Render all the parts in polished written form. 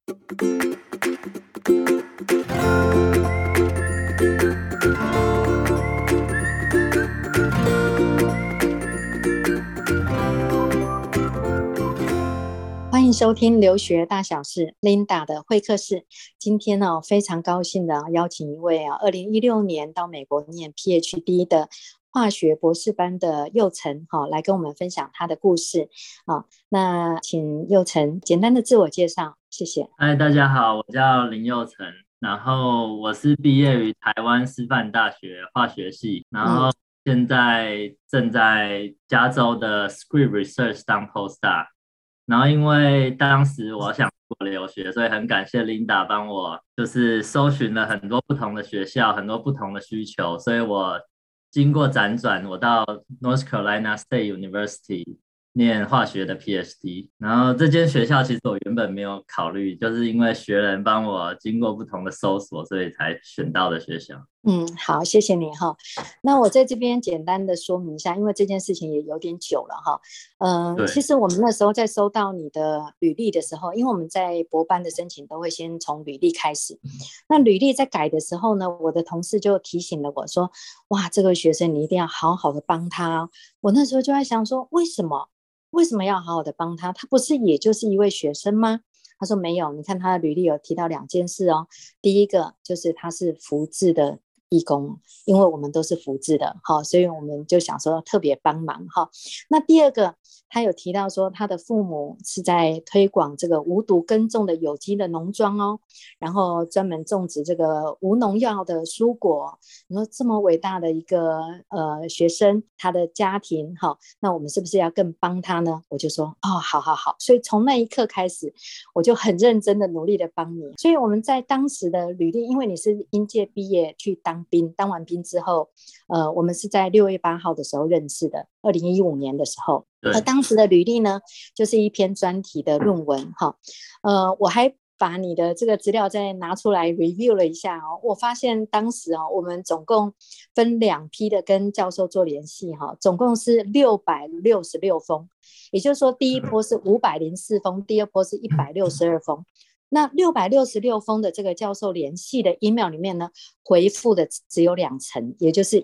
欢迎收听留学大小事 Linda 的会客室。今天呢，非常高兴的邀请一位2016年到美国念 PhD 的化学博士班的佑成来跟我们分享他的故事。那请佑成简单的自我介绍，谢谢。 嗨，大家好，我叫林佑成，然后我是毕业于台湾师范大学化学系，然后现在正在加州的 Scripps Research 当 postdoc。然后因为当时我想出国留学，所以很感谢 Linda 帮我就是搜寻了很多不同的学校，很多不同的需求，所以我经过辗转，我到 North Carolina State University 念化学的 PhD。然后这间学校其实我原本没有考虑，就是因为学人帮我经过不同的搜索，所以才选到的学校。 好，谢谢你哈。那我在这边简单的说明一下，因为这件事情也有点久了哈。其实我们那时候在收到你的履历的时候，因为我们在博班的申请都会先从履历开始。那履历在改的时候呢，我的同事就提醒了我说：“哇，这个学生你一定要好好的帮他。”我那时候就在想说，为什么？为什么要好好的帮他？他不是也就是一位学生吗？他说没有，你看他的履历有提到2件事哦。第一个就是他是福智的义工，因为我们都是福智的，所以我们就想说特别帮忙。那第二个，他有提到说他的父母是在推广这个无毒耕种的有机的农庄哦，然后专门种植这个无农药的蔬果。你说这么伟大的一个学生，他的家庭那我们是不是要更帮他呢？我就说好好好，所以从那一刻开始，我就很认真的努力的帮你。所以我们在当时的履历，因为你是应届毕业去当兵，当完兵之后，我们是在6月8号的时候认识的，2015年的时候。而当时的履历呢，就是一篇专题的论文我还把你的这个资料再拿出来 review 了一下我发现当时我们总共分2批的跟教授做联系总共是666封，也就是说第一波是504封，第二波是162封。那666封的这个教授联系的 email 里面呢，回复的只有2成，也就是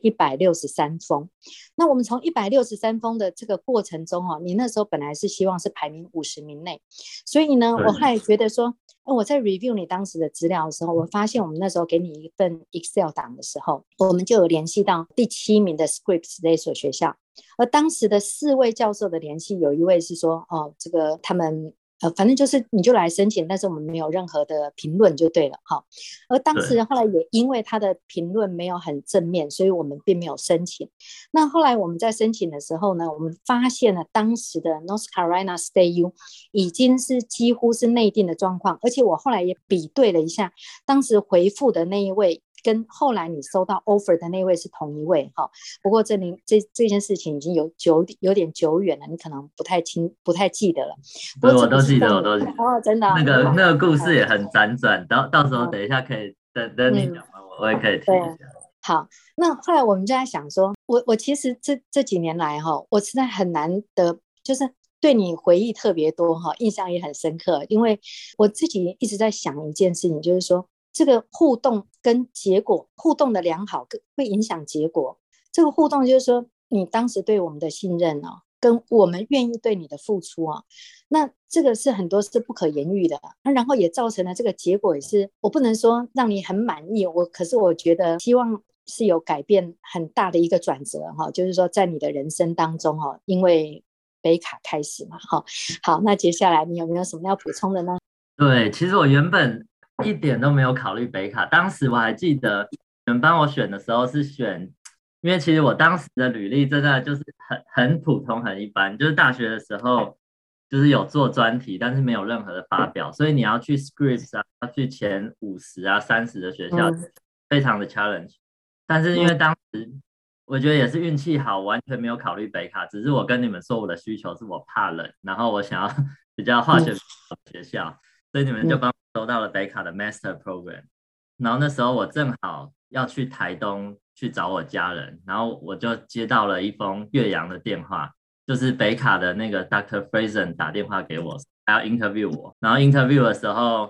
163封。那我们从163封的这个过程中你那时候本来是希望是排名50名内，所以呢，我后来觉得说，我在 review 你当时的资料的时候，我发现我们那时候给你一份 Excel 档的时候，我们就有联系到第7名的 Scripps 这所学校，而当时的4位教授的联系，有一位是说，这个他们反正就是你就来申请，但是我们没有任何的评论就对了而当时后来也因为他的评论没有很正面，所以我们并没有申请。那后来我们在申请的时候呢，我们发现了当时的 North Carolina State U 已经是几乎是内定的状况，而且我后来也比对了一下，当时回复的那一位跟后来你收到 offer 的那位是同一位不过这件事情已经有点久远了，你可能不太记得了。不过我都记得，我都记得。 真的那个故事也很辗转，到时候等一下可以等你讲完，我也可以提一下。 好，那后来我们就在想说，我其实这几年来我实在很难得，就是对你回忆特别多印象也很深刻，因为我自己一直在想一件事情，就是说这个互动跟结果互动的良好会影响结果。这个互动就是说你当时对我们的信任跟我们愿意对你的付出那这个是很多是不可言喻的然后也造成了这个结果也是我不能说让你很满意，可是我觉得希望是有改变很大的一个转折就是说在你的人生当中因为北卡开始嘛好，那接下来你有没有什么要补充的呢？ 对，其实我原本一点都没有考虑北卡，当时我还记得你们帮我选的时候是选，因为其实我当时的履历真的就是很普通很一般，就是大学的时候就是有做专题，但是没有任何的发表，所以你要去 Scripps 要去前5030的学校，非常的 challenge。但是因为当时我觉得也是运气好，完全没有考虑北卡，只是我跟你们说我的需求是我怕冷，然后我想要比较化学学校。所以你们就帮我收到了北卡的 Master Program，然后那时候我正好要去台东去找我家人，然后我就接到了一封越洋的电话，就是北卡的那个 Dr. Fraser 打电话给我，他要 interview 我，然后 interview 的时候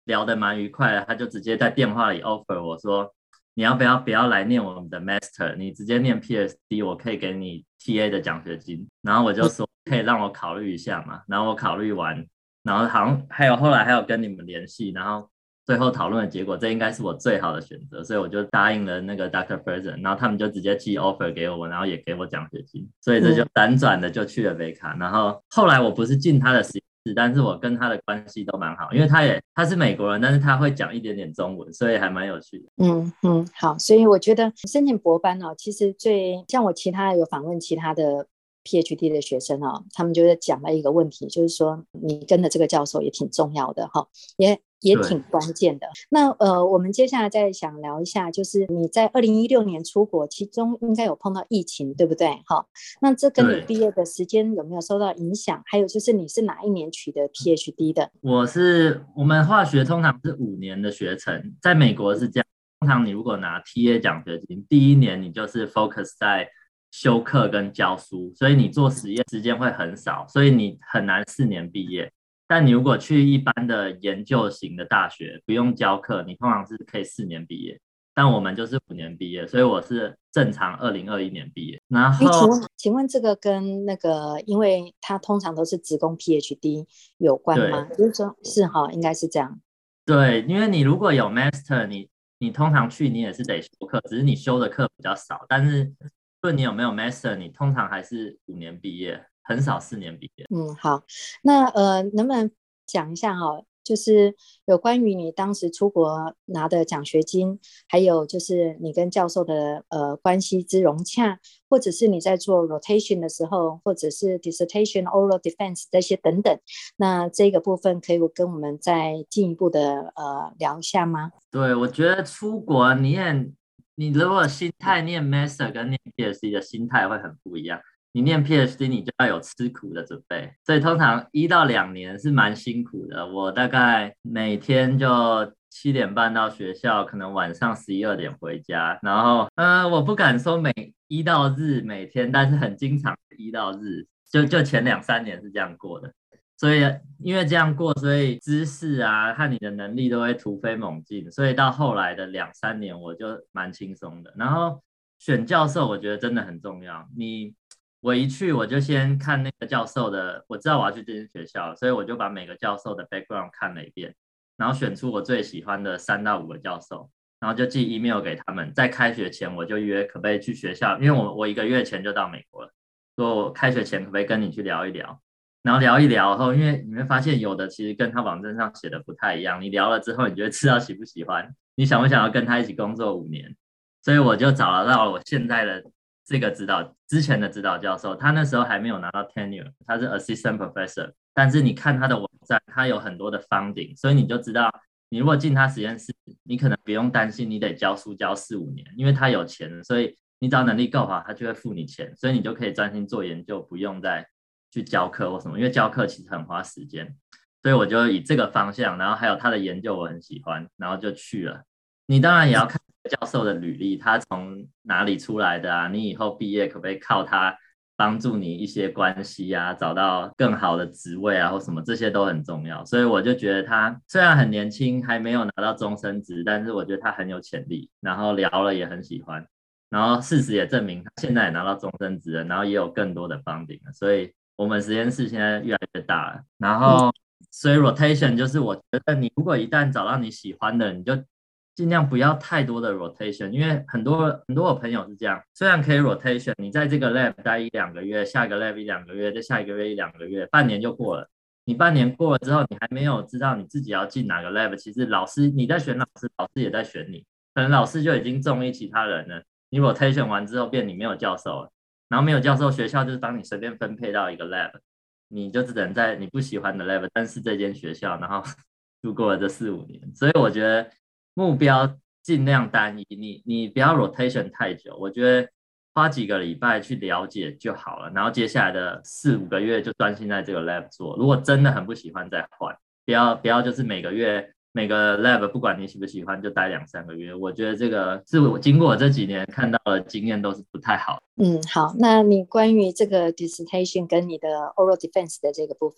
聊得蛮愉快的，他就直接在电话里 offer 我说，你要不要来念我们的 master， 你直接念 PhD， 我可以给你 TA 的奖学金。然后我就说可以让我考虑一下嘛，然后我考虑完，然后好像后来还有跟你们联系，然后最后讨论的结果，这应该是我最好的选择，所以我就答应了那个 Dr. Ferguson， 然后他们就直接寄 offer 给我，然后也给我奖学金，所以这就辗转的就去了北卡。然后后来我不是进他的实验室，但是我跟他的关系都蛮好，因为他是美国人，但是他会讲一点点中文，所以还蛮有趣的。 好，所以我觉得申请博班其实像我其他有访问其他的 PhD 的学生他们就是讲了一个问题，就是说你跟的这个教授也挺重要的也挺关键的。那我们接下来再想聊一下，就是你在2016年出国，其中应该有碰到疫情，对不对？那这跟你毕业的时间有没有受到影响？还有就是你是哪一年取得 PhD 的？ 我们化学通常是5年的学程，在美国是这样。通常你如果拿 TA 奖学金，第一年你就是 focus 在修课跟教书，所以你做实验时间会很少，所以你很难4年毕业。但你如果去一般的研究型的大学，不用教课，你通常是可以4年毕业。但我们就是5年毕业，所以我是正常2021年毕业。然后， 请问这个跟那个，因为它通常都是职工 PhD 有关吗？就是说，是应该是这样。 对，因为你如果有 master，你通常去你也是得修课，只是你修的课比较少。但是，无论你有没有 master，你通常还是5年毕业，很少4年毕业。 好，那能不能讲一下就是有关于你当时出国拿的奖学金，还有就是你跟教授的关系之融洽，或者是你在做 rotation 的时候，或者是 dissertation、oral defense 这些等等，那这个部分可以跟我们再进一步的聊一下吗？ 对，我觉得出国你如果心态念 master 跟念 PhD 的心态会很不一样。你念 PhD 你就要有吃苦的准备，所以通常1到2年是蛮辛苦的。我大概每天就7点半到学校，可能晚上11、2点回家。然后我不敢说每1到日每天，但是很经常1到日，就前2、3年是这样过的。所以因为这样过，所以知识啊和你的能力都会突飞猛进，所以到后来的2、3年我就蛮轻松的。然后选教授，我觉得真的很重要。我一去我就先看那个教授的，我知道我要去这间学校，所以我就把每个教授的 background 看了一遍，然后选出我最喜欢的3到5个教授，然后就寄 email 给他们。在开学前我就约可不可以去学校，因为我1个月前就到美国了，说我开学前可不可以跟你去聊一聊。然后聊一聊后，因为你会发现有的其实跟他网站上写的不太一样，你聊了之后，你就会知道喜不喜欢，你想不想要跟他一起工作5年。所以我就找到了我现在的这个之前的指导教授，他那时候还没有拿到 tenure， 他是 assistant professor， 但是你看他的网站，他有很多的 funding， 所以你就知道，你如果进他实验室，你可能不用担心你得教书教4、5年，因为他有钱，所以你只要能力够好，他就会付你钱，所以你就可以专心做研究，不用再去教课或什么，因为教课其实很花时间。所以我就以这个方向，然后还有他的研究我很喜欢，然后就去了。你当然也要看教授的履历，他从哪里出来的啊？你以后毕业可不可以靠他帮助你一些关系啊，找到更好的职位啊，或什么，这些都很重要。所以我就觉得他虽然很年轻，还没有拿到终身职，但是我觉得他很有潜力。然后聊了也很喜欢，然后事实也证明他现在也拿到终身职了，然后也有更多的 funding 了，所以我们实验室现在越来越大了。然后所以 rotation 就是我觉得你如果一旦找到你喜欢的，你就尽量不要太多的 rotation， 因为很多我朋友是这样，虽然可以 rotation， 你在这个 lab 待1、2个月，下一个 lab 1、2个月，再下一个月1、2个月，半年就过了。你半年过了之后，你还没有知道你自己要进哪个 lab， 其实你在选老师，老师也在选你，可能老师就已经中意其他人了。你 rotation 完之后变你没有教授了，然后没有教授，学校就是帮你随便分配到一个 lab， 你就只能在你不喜欢的 lab， 但是这间学校，然后度过了这4、5年。所以我觉得目标尽量单一，你不要 rotation 太久，我觉得花几个礼拜去了解就好了，然后接下来的4、5个月就专心在这个 lab 做。如果真的很不喜欢再换，不要就是每个月每个 lab 不管你喜不喜欢就待2、3个月，我觉得这个是我经过这几年看到的经验都是不太好。 好，那你关于这个 dissertation 跟你的 oral defense 的这个部分？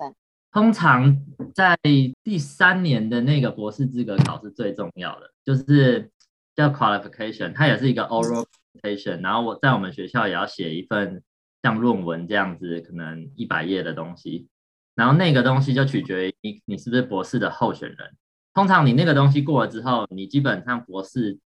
通常在第3年的那个博士资格考是最重要的，就是叫 qualification， 它也是一个 oral presentation， 然后我在我们学校也要写一份像论文这样子，可能100页的东西，然后那个东西就取决于你是不是博士的候选人。通常你那个东西过了之后，你基本上博士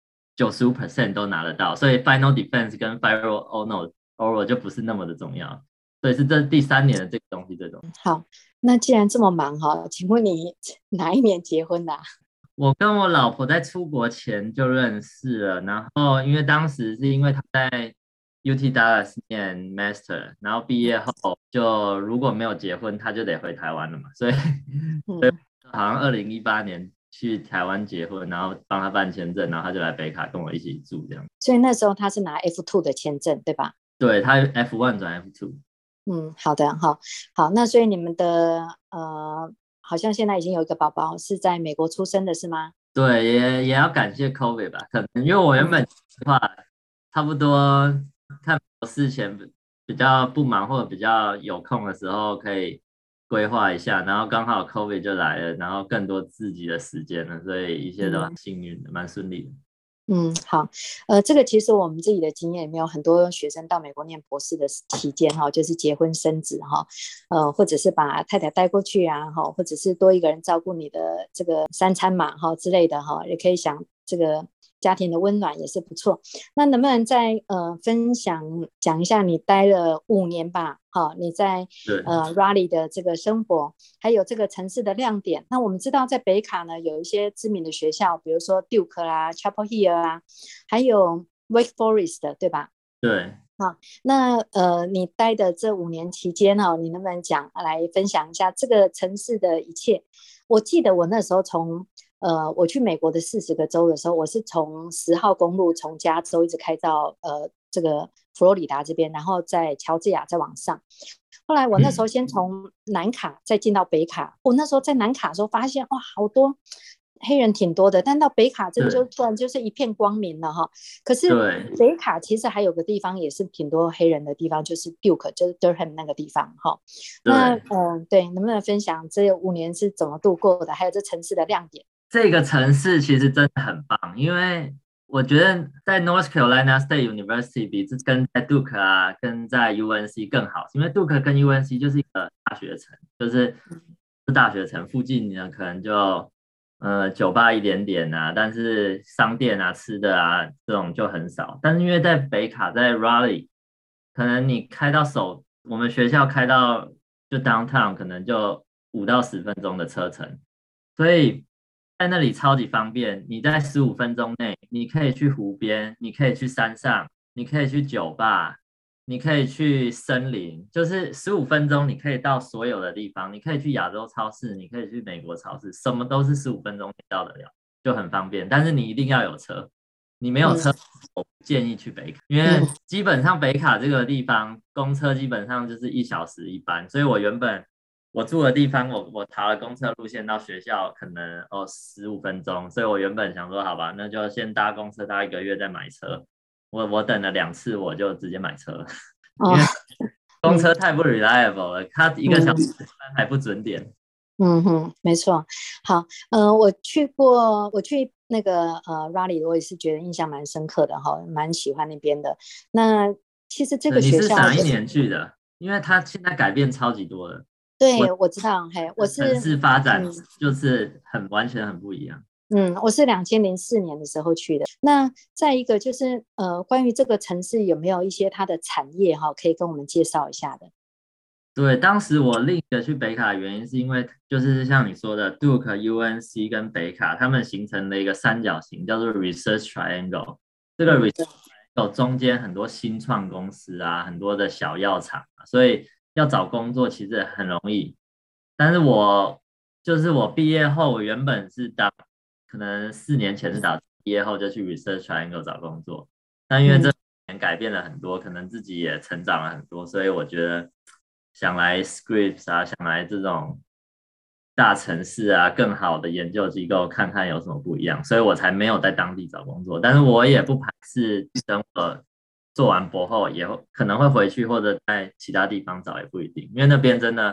95% 都拿得到，所以 final defense 跟 final oral 就不是那么的重要。所以是这第3年的这个东西最重要。 好，那既然这么忙哈，请问你哪一年结婚的啊？ 我跟我老婆在出国前就认识了，然后因为当时是因为她在 UT Dallas 念 master， 然后毕业后就如果没有结婚，她就得回台湾了嘛，所以好像2018年去台湾结婚，然后帮她办签证，然后她就来北卡跟我一起住这样。 所以那时候他是拿 F2 的签证，对吧？ 对，她 F1 转 F2。 好的，好，那所以你们的好像现在已经有一个宝宝是在美国出生的，是吗？ 对，也要感谢 COVID 吧，可能因为我原本的话，差不多看博士前比较不忙或者比较有空的时候，可以规划一下，然后刚好 COVID 就来了，然后更多自己的时间了，所以一切都很幸运的，蛮顺利的。 好，这个其实我们自己的经验里面有很多学生到美国念博士的期间哈，就是结婚生子哈，或者是把太太带过去啊哈，或者是多一个人照顾你的这个3餐嘛哈之类的哈，也可以想这个家庭的温暖也是不错。那能不能再分享讲一下你待了5年吧？哈，你在Raleigh 的这个生活，还有这个城市的亮点。那我们知道在北卡呢有一些知名的学校，比如说 Duke 啦、Chapel Hill 啊，还有 Wake Forest， 对吧？ 对。 那你待的这5年期间你能不能来分享一下这个城市的一切？我记得我那时候我去美国的40个州的时候，我是从10号公路从加州一直开到这个佛罗里达这边，然后在乔治亚再往上。后来我那时候先从南卡再进到北卡，我那时候在南卡的时候发现哇，好多黑人挺多的，但到北卡这就突然就是一片光明了哈。可是北卡其实还有个地方也是挺多黑人的地方，就是 Duke， 就是 Durham 那个地方哈。那对，能不能分享这5年是怎么度过的？还有这城市的亮点？ 这个城市其实真的很棒，因为我觉得在 North Carolina State University 比跟在 Duke 啊，跟在 UNC 更好，因为 Duke 跟 UNC 就是一个大学城，就是大学城附近呢，可能就酒吧一点点啊，但是商店啊、吃的啊这种就很少。但是因为在北卡，在 Raleigh， 可能你开到我们学校开到就 downtown 可能就5到10分钟的车程，所以在那里超级方便。你在15分钟内，你可以去湖边，你可以去山上，你可以去酒吧，你可以去森林，就是15分钟你可以到所有的地方。你可以去亚洲超市，你可以去美国超市，什么都是15分钟到得了，就很方便。但是你一定要有车，你没有车，我不建议去北卡，因为基本上北卡这个地方公车基本上就是1小时一班，所以我住的地方，我查了公车路线到学校可能15分钟，所以我原本想说好吧，那就先搭公车搭1个月再买车。我等了2次，我就直接买车了，因为公车太不 reliable 了，它1个小时还不准点。 没错。好，我去那个Raleigh， 我也是觉得印象蛮深刻的哈，蛮喜欢那边的。那其实这个学校你是哪一年去的？因为它现在改变超级多了。 对，我知道，我是城市发展就是完全很不一样。 我是2004年的时候去的。那再一个就是关于这个城市有没有一些它的产业可以跟我们介绍一下的？ 对，当时我另一个去北卡的原因是因为就是像你说的 Duke、UNC 跟北卡，他们形成了一个三角形，叫做 Research Triangle。这个 Research Triangle 中间很多新创公司啊，很多的小药厂，所以要找工作其实很容易。但是我毕业后，我原本是可能4年前是毕业后就去 Research Triangle 找工作，但因为这年改变了很多，可能自己也成长了很多，所以我觉得想来 Scripps 啊，想来这种大城市啊，更好的研究机构看看有什么不一样，所以我才没有在当地找工作。但是我也不排斥等我做完博后，也可能会回去或者在其他地方找，也不一定，因为那边真的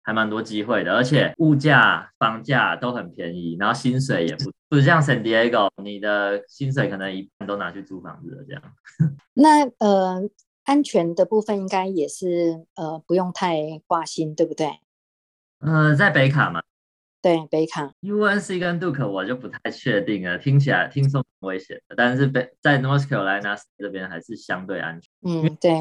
还蛮多机会的，而且物价、房价都很便宜，然后薪水也不像 San Diego， 你的薪水可能一半都拿去租房子了这样。 那安全的部分应该也是不用太挂心，对不对？ 在北卡嘛。 对，北卡 UNC 跟 Duke 我就不太确定了，听说很危险的，但是在 North Carolina 这边还是相对安全。 对，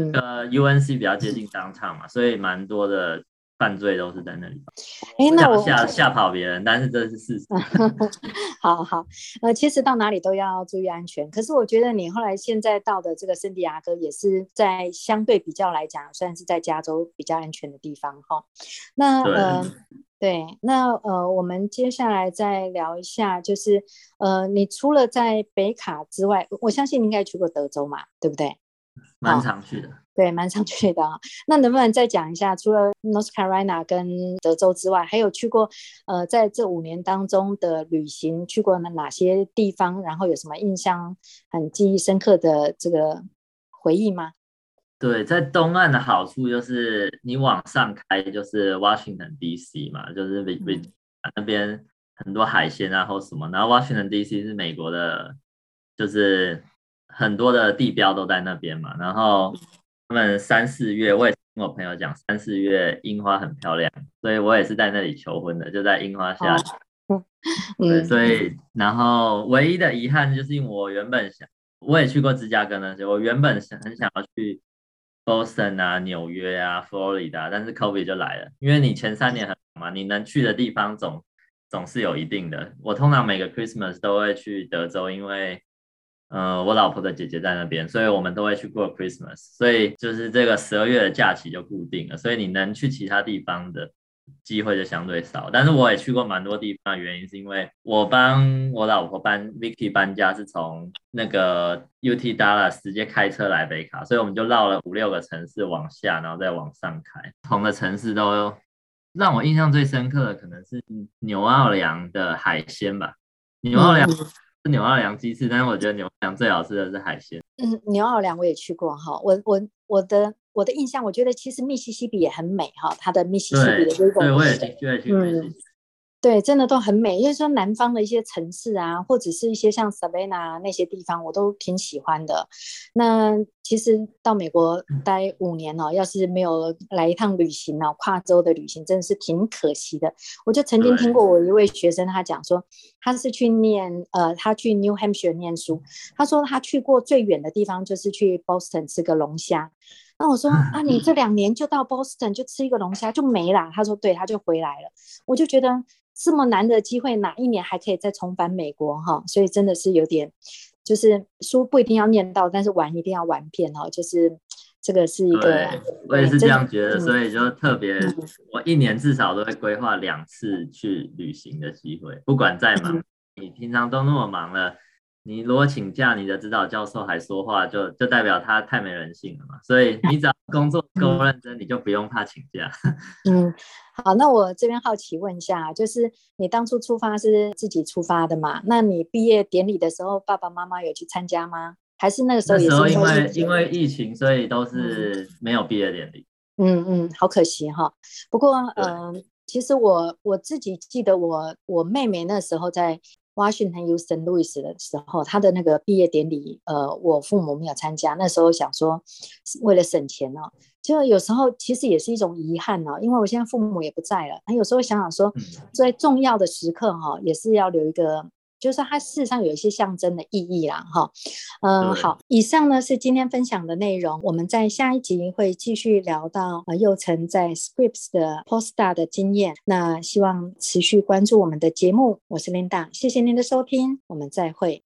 UNC 比较接近downtown嘛，所以蛮多的犯罪都是在那里。 那我吓跑别人，但是这是事实。 好，其实到哪里都要注意安全。可是我觉得你后来现在到的这个圣地亚哥，也是在相对比较来讲，算是在加州比较安全的地方哈。那对，那我们接下来再聊一下，就是你除了在北卡之外，我相信你应该去过德州嘛，对不对？ 蛮常去的。 对，蛮常去的那能不能再讲一下，除了 North Carolina 跟德州之外，还有去过在这5年当中的旅行，去过哪些地方？然后有什么印象很记忆深刻的这个回忆吗？ 对，在东岸的好处就是你往上开就是 Washington DC 嘛，就是那边很多海鲜啊或什么，然后 Washington DC 是美国的，就是很多的地标都在那边嘛，然后他们3、4月，我也听我朋友讲3、4月樱花很漂亮，所以我也是在那里求婚的，就在樱花下。对，所以然后唯一的遗憾就是因为我也去过芝加哥那些，我原本很想要去 Boston 啊、纽约啊、Florida， 但是 COVID 就来了。因为你前3年很忙嘛，你能去的地方总是有一定的。我通常每个 Christmas 都会去德州，因为我老婆的姐姐在那边，所以我们都会去过 Christmas。所以就是这个12月的假期就固定了，所以你能去其他地方的机会就相对少。但是我也去过蛮多地方的原因是因为我帮我老婆Vicky 搬家是从那个 UT Dallas 直接开车来北卡，所以我们就绕了5、6个城市往下，然后再往上开。不同的城市都让我印象最深刻的可能是纽奥良的海鲜吧。纽奥良是纽奥良鸡翅，但是我觉得纽奥良最好吃的是海鲜。 纽奥良我也去过哈，我的印象，我觉得其实密西西比也很美哈，它的密西西比的这种， 对，我也去密西西比。 对，真的都很美。因为说南方的一些城市啊，或者是一些像 Savannah 那些地方，我都挺喜欢的。那其实到美国待5年要是没有来一趟旅行跨州的旅行，真的是挺可惜的。我就曾经听过我一位学生他讲说，他是去他去 New Hampshire 念书，他说他去过最远的地方就是去 Boston 吃个龙虾。那我说你这2年就到 Boston 就吃一个龙虾就没啦？他说对，他就回来了。我就觉得这么难的机会，哪一年还可以再重返美国哈？所以真的是有点，就是书不一定要念到，但是玩一定要玩遍就是这个是一个， 我也是这样觉得，所以就特别，我1年至少都会规划2次去旅行的机会，不管再忙，你平常都那么忙了。你如果请假，你的指导教授还说话，就代表他太没人性了嘛。所以你只要工作够认真，你就不用怕请假。 好，那我这边好奇问一下，就是你当初出发是自己出发的嘛？那你毕业典礼的时候，爸爸妈妈有去参加吗？还是那个时候也是因为疫情，所以都是没有毕业典礼。 好可惜哈。不过其实我自己记得我妹妹那时候在Washington U St. Louis 的时候，他的那个毕业典礼，我父母没有参加。那时候想说，为了省钱就有时候其实也是一种遗憾因为我现在父母也不在了。有时候想想说，最重要的时刻也是要留一个，就是它事实上有一些象征的意义啦好，以上呢是今天分享的内容。我们在下一集会继续聊到佑成在 Scripps 的 Postdoc 的经验。那希望持续关注我们的节目。我是 Linda， 谢谢您的收听，我们再会。